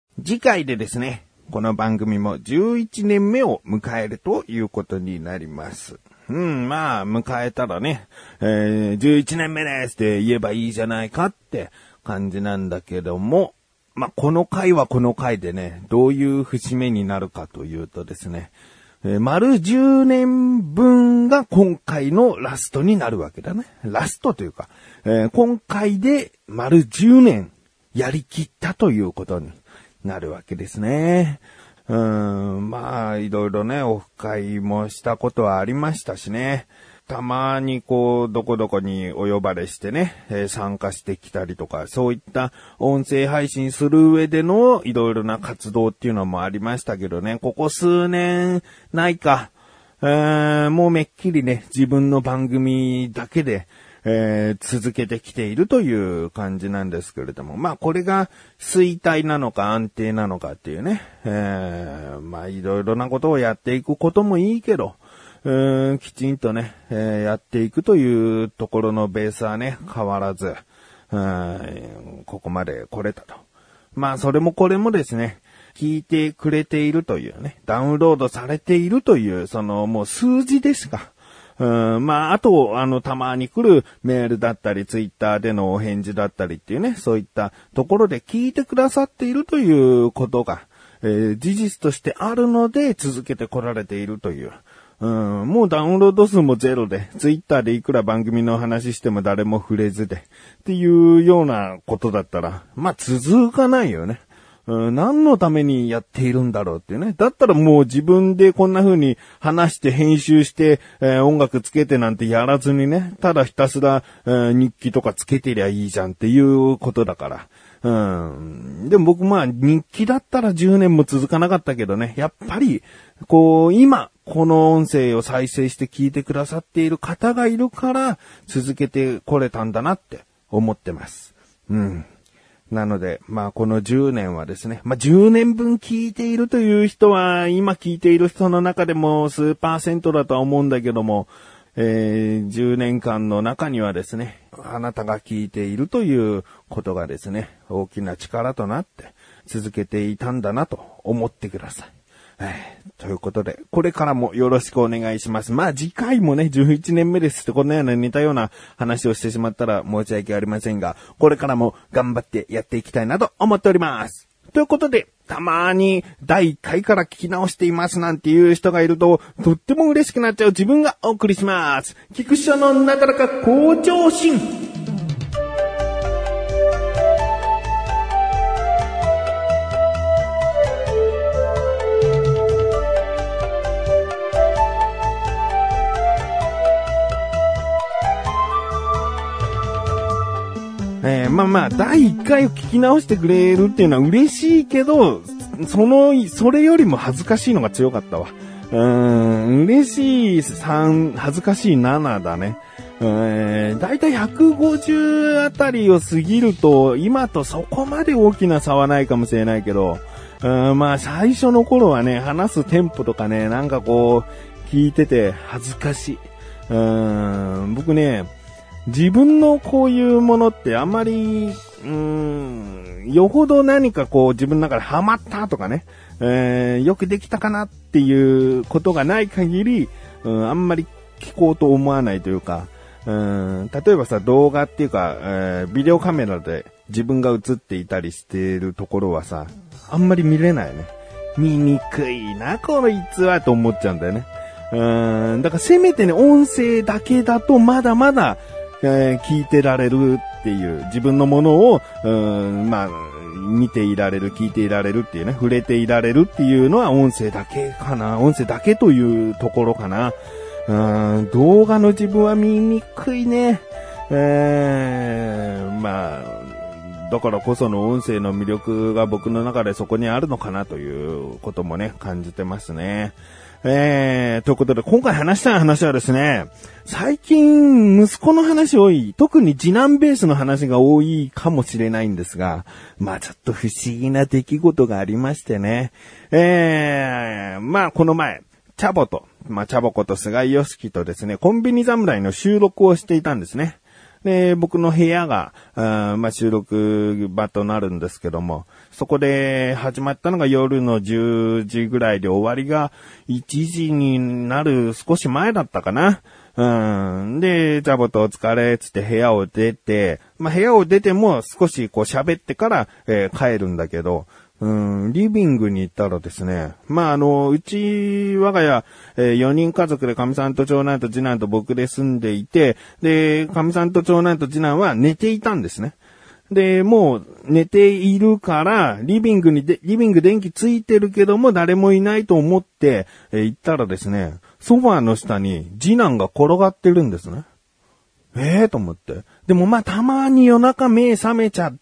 次回でですね、この番組も11年目を迎えるということになります。まあ、迎えたらね、11年目ですって言えばいいじゃないかって感じなんだけども、まあ、この回はこの回でね、どういう節目になるかというとですね、丸10年分が今回のラストになるわけだね。ラストというか、今回で丸10年やりきったということになるわけですね。まあ、いろいろね、オフ会もしたことはありましたしね。たまにこう、どこどこにお呼ばれしてね、参加してきたりとか、そういった音声配信する上でのいろいろな活動っていうのもありましたけどね、ここ数年ないか、もうめっきりね、自分の番組だけで、続けてきているという感じなんですけれども、まあこれが衰退なのか安定なのかっていうね、まあいろいろなことをやっていくこともいいけど、きちんとね、やっていくというところのベースはね、変わらず、ここまで来れたと。まあ、それもこれもですね、聞いてくれているというね、ダウンロードされているという、そのもう数字ですか。まあ、あと、たまに来るメールだったり、ツイッターでのお返事だったりっていうね、そういったところで聞いてくださっているということが、事実としてあるので続けてこられているという。もうダウンロード数もゼロで、ツイッターでいくら番組の話しても誰も触れずで、っていうようなことだったら、まあ続かないよね。何のためにやっているんだろうっていうね。だったらもう自分でこんな風に話して編集して、音楽つけてなんてやらずにね、ただひたすら、日記とかつけてりゃいいじゃんっていうことだから。でも僕まあ日記だったら10年も続かなかったけどね、やっぱり、こう今、この音声を再生して聞いてくださっている方がいるから続けてこれたんだなって思ってます。なので、まあこの10年はですね、まあ10年分聞いているという人は今聞いている人の中でも数%だとは思うんだけども、10年間の中にはですね、あなたが聞いているということがですね、大きな力となって続けていたんだなと思ってください。ということで、これからもよろしくお願いします。まあ次回もね、11年目ですってこんなような似たような話をしてしまったら申し訳ありませんが、これからも頑張ってやっていきたいなと思っております。ということで、たまに第1回から聞き直していますなんていう人がいると、とっても嬉しくなっちゃう自分がお送りします。菊池のなだらか向上心。まあ、第1回を聞き直してくれるっていうのは嬉しいけど、それよりも恥ずかしいのが強かったわ。嬉しい3、恥ずかしい7だね。だいたい150あたりを過ぎると、今とそこまで大きな差はないかもしれないけど、まあ、最初の頃はね、話すテンポとかね、なんかこう、聞いてて恥ずかしい。僕ね、自分のこういうものってあんまり、よほど何かこう自分の中でハマったとかね、よくできたかなっていうことがない限り、あんまり聞こうと思わないというか、例えばさ、動画っていうか、ビデオカメラで自分が映っていたりしているところはさ、あんまり見れないね。見にくいな、こいつはと思っちゃうんだよね。だからせめてね、音声だけだとまだまだ、聞いてられるっていう自分のものを、まあ、見ていられる、聞いていられるっていうね、触れていられるっていうのは音声だけかな。音声だけというところかな。動画の自分は見にくいね。まあ、だからこその音声の魅力が僕の中でそこにあるのかなということもね、感じてますね。ということで、今回話したい話はですね、最近、息子の話多い、特に次男ベースの話が多いかもしれないんですが、まあちょっと不思議な出来事がありましてね。まあこの前、チャボと、チャボこと菅井良樹とですね、コンビニ侍の収録をしていたんですね。 で、僕の部屋が、収録場となるんですけども、そこで始まったのが夜の10時ぐらいで終わりが1時になる少し前だったかな。で、ジャボとお疲れつって部屋を出て、部屋を出ても少しこう喋ってから、帰るんだけど、リビングに行ったらですね、うち、我が家、4人家族で神さんと長男と次男と僕で住んでいて、で、神さんと長男と次男は寝ていたんですね。で、もう寝ているから、リビング電気ついてるけども誰もいないと思って、行ったらですね、ソファーの下に次男が転がってるんですね。と思って。でもたまに夜中目覚めちゃって、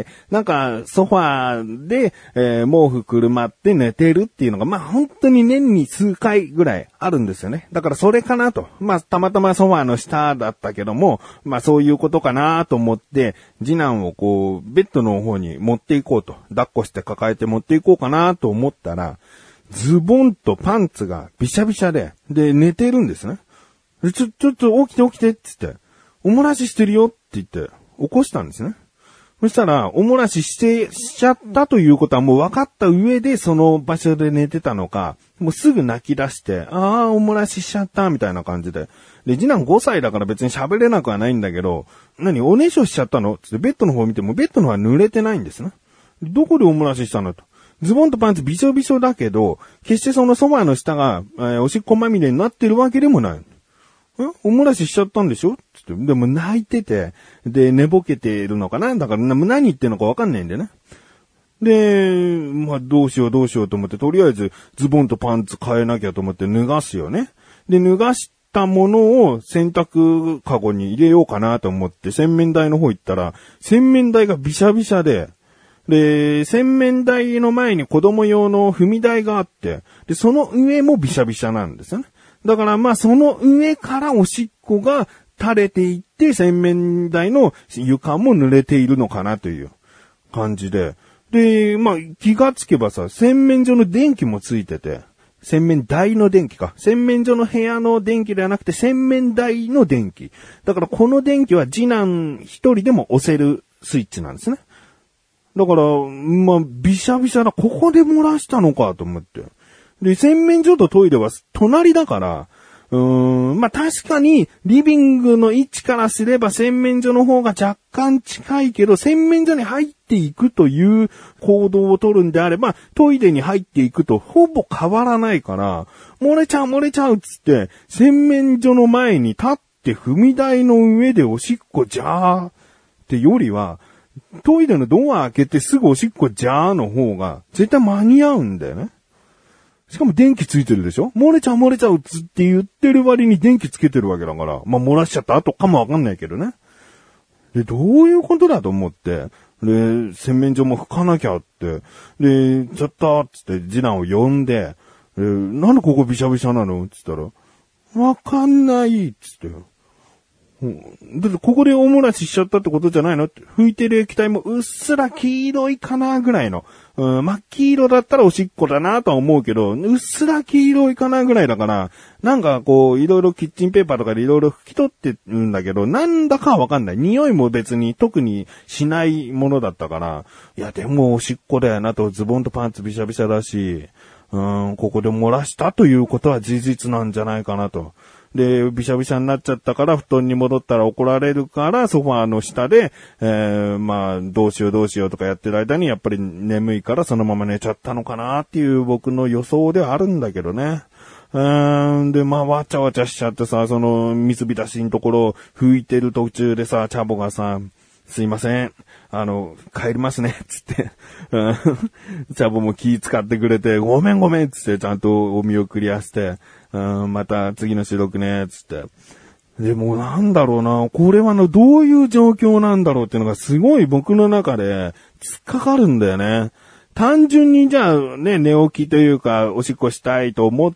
なんかソファーで、毛布くるまって寝てるっていうのが本当に年に数回ぐらいあるんですよね。だからそれかなと。たまたまソファーの下だったけども、そういうことかなと思って、次男をこう、ベッドの方に持っていこうと。抱っこして抱えて持っていこうかなと思ったら、ズボンとパンツがびしゃびしゃで、寝てるんですね。ちょっと起きてって言って、おもらししてるよって言って、起こしたんですね。そしたら、おもらししちゃったということはもう分かった上でその場所で寝てたのか、もうすぐ泣き出して、おもらししちゃったみたいな感じで。で、次男5歳だから別に喋れなくはないんだけど、おねしょしちゃったのつってベッドの方見てもベッドの方は濡れてないんですね。どこでおもらししたのと。ズボンとパンツびしょびしょだけど、決してそのソファーの下が、おしっこまみれになってるわけでもない。おもらししちゃったんでしょつって。でも泣いてて、で、寝ぼけてるのかなだから何言ってんのかわかんないんでね。で、どうしようと思って、とりあえずズボンとパンツ変えなきゃと思って脱がすよね。で、脱がしたものを洗濯カゴに入れようかなと思って洗面台の方行ったら、洗面台がびしゃびしゃで、で、洗面台の前に子供用の踏み台があって、で、その上もびしゃびしゃなんですよね。だからその上からおしっこが垂れていって洗面台の床も濡れているのかなという感じで。で、気がつけばさ、洗面所の電気もついてて、洗面台の電気か。洗面所の部屋の電気ではなくて洗面台の電気。だからこの電気は次男一人でも押せるスイッチなんですね。だから、びしゃびしゃな、ここで漏らしたのかと思って。で、洗面所とトイレは隣だから、確かに、リビングの位置からすれば洗面所の方が若干近いけど、洗面所に入っていくという行動を取るんであれば、トイレに入っていくとほぼ変わらないから、漏れちゃうっつって、洗面所の前に立って踏み台の上でおしっこじゃーってよりは、トイレのドア開けてすぐおしっこじゃーの方が絶対間に合うんだよね。しかも電気ついてるでしょ？漏れちゃうって言ってる割に電気つけてるわけだから、漏らしちゃった後かもわかんないけどね。で、どういうことだと思って、で、洗面所も拭かなきゃって、で、ちょっとつって次男を呼んで、なんでここびしゃびしゃなのつったら、わかんないつって。だってここでおもらししちゃったってことじゃないのって。拭いてる液体もうっすら黄色いかなぐらいの。真っ黄色だったらおしっこだなとは思うけど、うっすら黄色いかなぐらいだから、なんかこう、いろいろキッチンペーパーとかでいろいろ拭き取ってるんだけど、なんだかはわかんない。匂いも別に特にしないものだったから、いやでもおしっこだよなと、ズボンとパンツびしゃびしゃだし、ここで漏らしたということは事実なんじゃないかなと。で、びしゃびしゃになっちゃったから、布団に戻ったら怒られるから、ソファーの下で、どうしようとかやってる間に、やっぱり眠いからそのまま寝ちゃったのかなっていう僕の予想ではあるんだけどね。で、わちゃわちゃしちゃってさ、その、水浸しのところを拭いてる途中でさ、チャボがさ、すいません。帰りますね、つって。チャボも気使ってくれて、ごめん、つって、ちゃんとお見送りやして、また次の収録ね、つって。でもなんだろうな、これはどういう状況なんだろうっていうのがすごい僕の中で突っかかるんだよね。単純にじゃあね、寝起きというか、おしっこしたいと思って、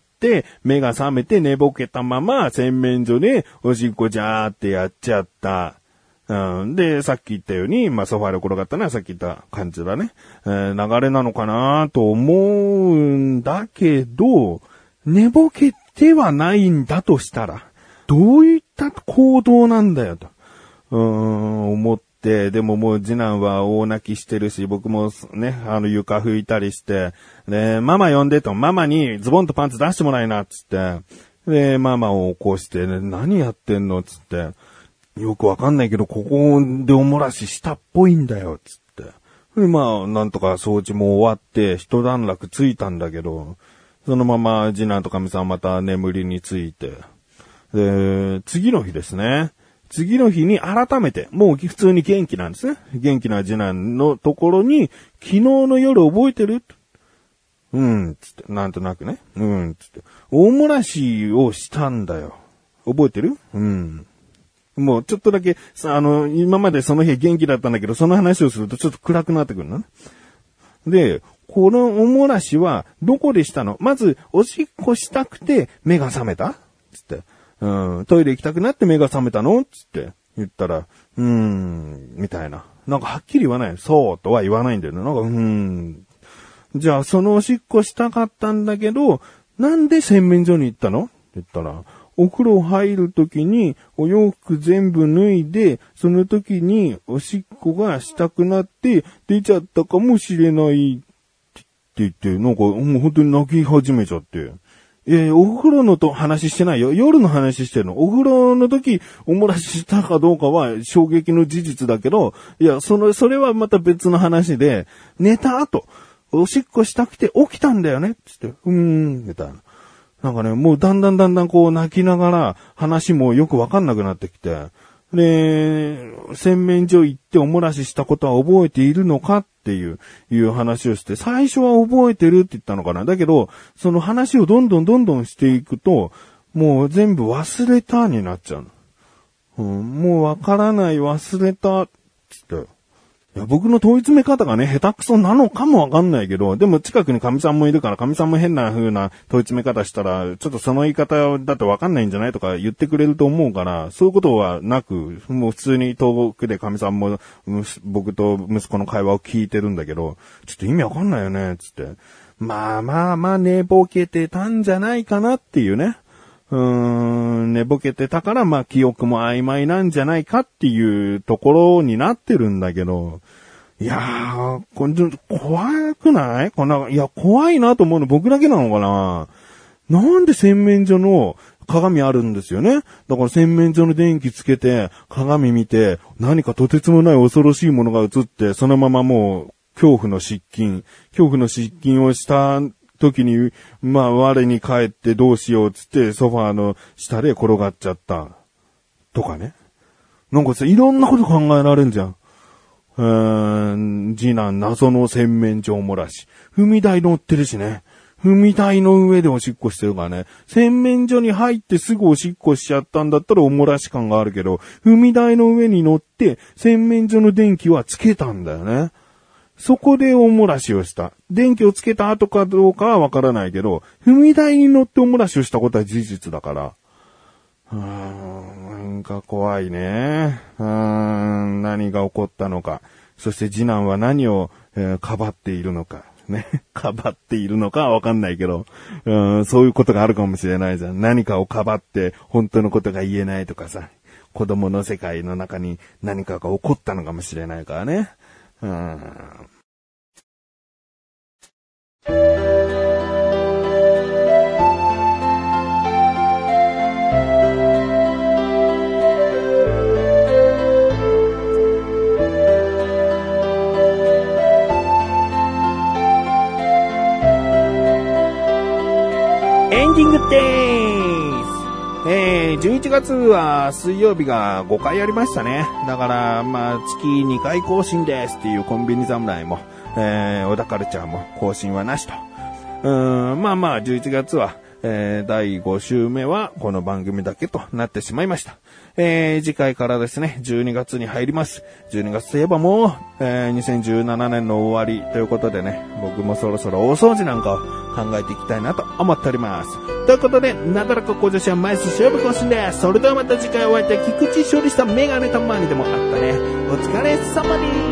目が覚めて寝ぼけたまま洗面所でおしっこじゃーってやっちゃった。で、さっき言ったように、ソファーで転がったのはさっき言った感じだね。流れなのかなと思うんだけど、寝ぼけてはないんだとしたら、どういった行動なんだよと。 思って、でももう次男は大泣きしてるし、僕もね、床拭いたりして、で、ママ呼んでと、ママにズボンとパンツ出してもらいな、つって、で、ママを起こして、何やってんのつって、よくわかんないけど、ここでお漏らししたっぽいんだよ、つって。で、まあ、なんとか掃除も終わって、一段落ついたんだけど、そのまま次男とかみさんまた眠りについて、で、次の日ですね。次の日に改めて、もう普通に元気なんですね。元気な次男のところに、昨日の夜覚えてる？つって、なんとなくね。つって。大漏らしをしたんだよ。覚えてる？もうちょっとだけ、今までその日元気だったんだけど、その話をするとちょっと暗くなってくるのね。で、このお漏らしはどこでしたの？まず、おしっこしたくて目が覚めた？つって。トイレ行きたくなって目が覚めたの？つって言ったら、みたいな。なんかはっきり言わない。そうとは言わないんだよね。なんか、じゃあそのおしっこしたかったんだけど、なんで洗面所に行ったの？って言ったら、お風呂入るときにお洋服全部脱いで、その時におしっこがしたくなって出ちゃったかもしれないって言って、なんかもう本当に泣き始めちゃって。お風呂の話してないよ。夜の話してるの。お風呂の時、お漏らししたかどうかは衝撃の事実だけど、いや、それはまた別の話で、寝た後、おしっこしたくて起きたんだよねつって、みたいな。なんかね、もうだんだんこう泣きながら話もよくわかんなくなってきて、で、洗面所行ってお漏らししたことは覚えているのかっていう話をして、最初は覚えてるって言ったのかな。だけど、その話をどんどんしていくと、もう全部忘れたになっちゃうの。もうわからない忘れた、つって。いや、僕の問い詰め方がね、下手くそなのかもわかんないけど、でも近くに神さんもいるから、神さんも変な風な問い詰め方したら、ちょっとその言い方だとわかんないんじゃないとか言ってくれると思うから、そういうことはなく、もう普通に遠くで神さんも僕と息子の会話を聞いてるんだけど、ちょっと意味わかんないよね、つって。まあ寝ぼけてたんじゃないかなっていうね。寝ぼけてたから、記憶も曖昧なんじゃないかっていうところになってるんだけど、いやー、これ怖くない？いや、怖いなと思うの僕だけなのかな？なんで洗面所の鏡あるんですよね。だから洗面所の電気つけて、鏡見て、何かとてつもない恐ろしいものが映って、そのままもう、恐怖の失禁をした時に、我に返ってどうしようつってソファーの下で転がっちゃった。とかね。なんかさ、いろんなこと考えられるじゃん。次男謎の洗面所漏らし。踏み台乗ってるしね。踏み台の上でおしっこしてるからね。洗面所に入ってすぐおしっこしちゃったんだったらお漏らし感があるけど、踏み台の上に乗って洗面所の電気はつけたんだよね。そこでお漏らしをした。電気をつけた後かどうかはわからないけど、踏み台に乗ってお漏らしをしたことは事実だから。なんか怖いね。何が起こったのか。そして次男は何を、かばっているのか。ね。かばっているのかはわかんないけど、そういうことがあるかもしれないじゃん。何かをかばって本当のことが言えないとかさ。子供の世界の中に何かが起こったのかもしれないからね。 エンディングでーす。11月は水曜日が5回ありましたね。だから月2回更新ですっていうコンビニ侍も、小田カルチャーも更新はなしと。11月は、第5週目はこの番組だけとなってしまいました。次回からですね、12月に入ります。12月といえばもう、2017年の終わりということでね、僕もそろそろ大掃除なんかを考えていきたいなと思っております。ということで、なだらか向上心は毎週水曜日更新です。それではまた次回お会いいたい菊池勝利したメガネたまにでもあったね。お疲れ様です。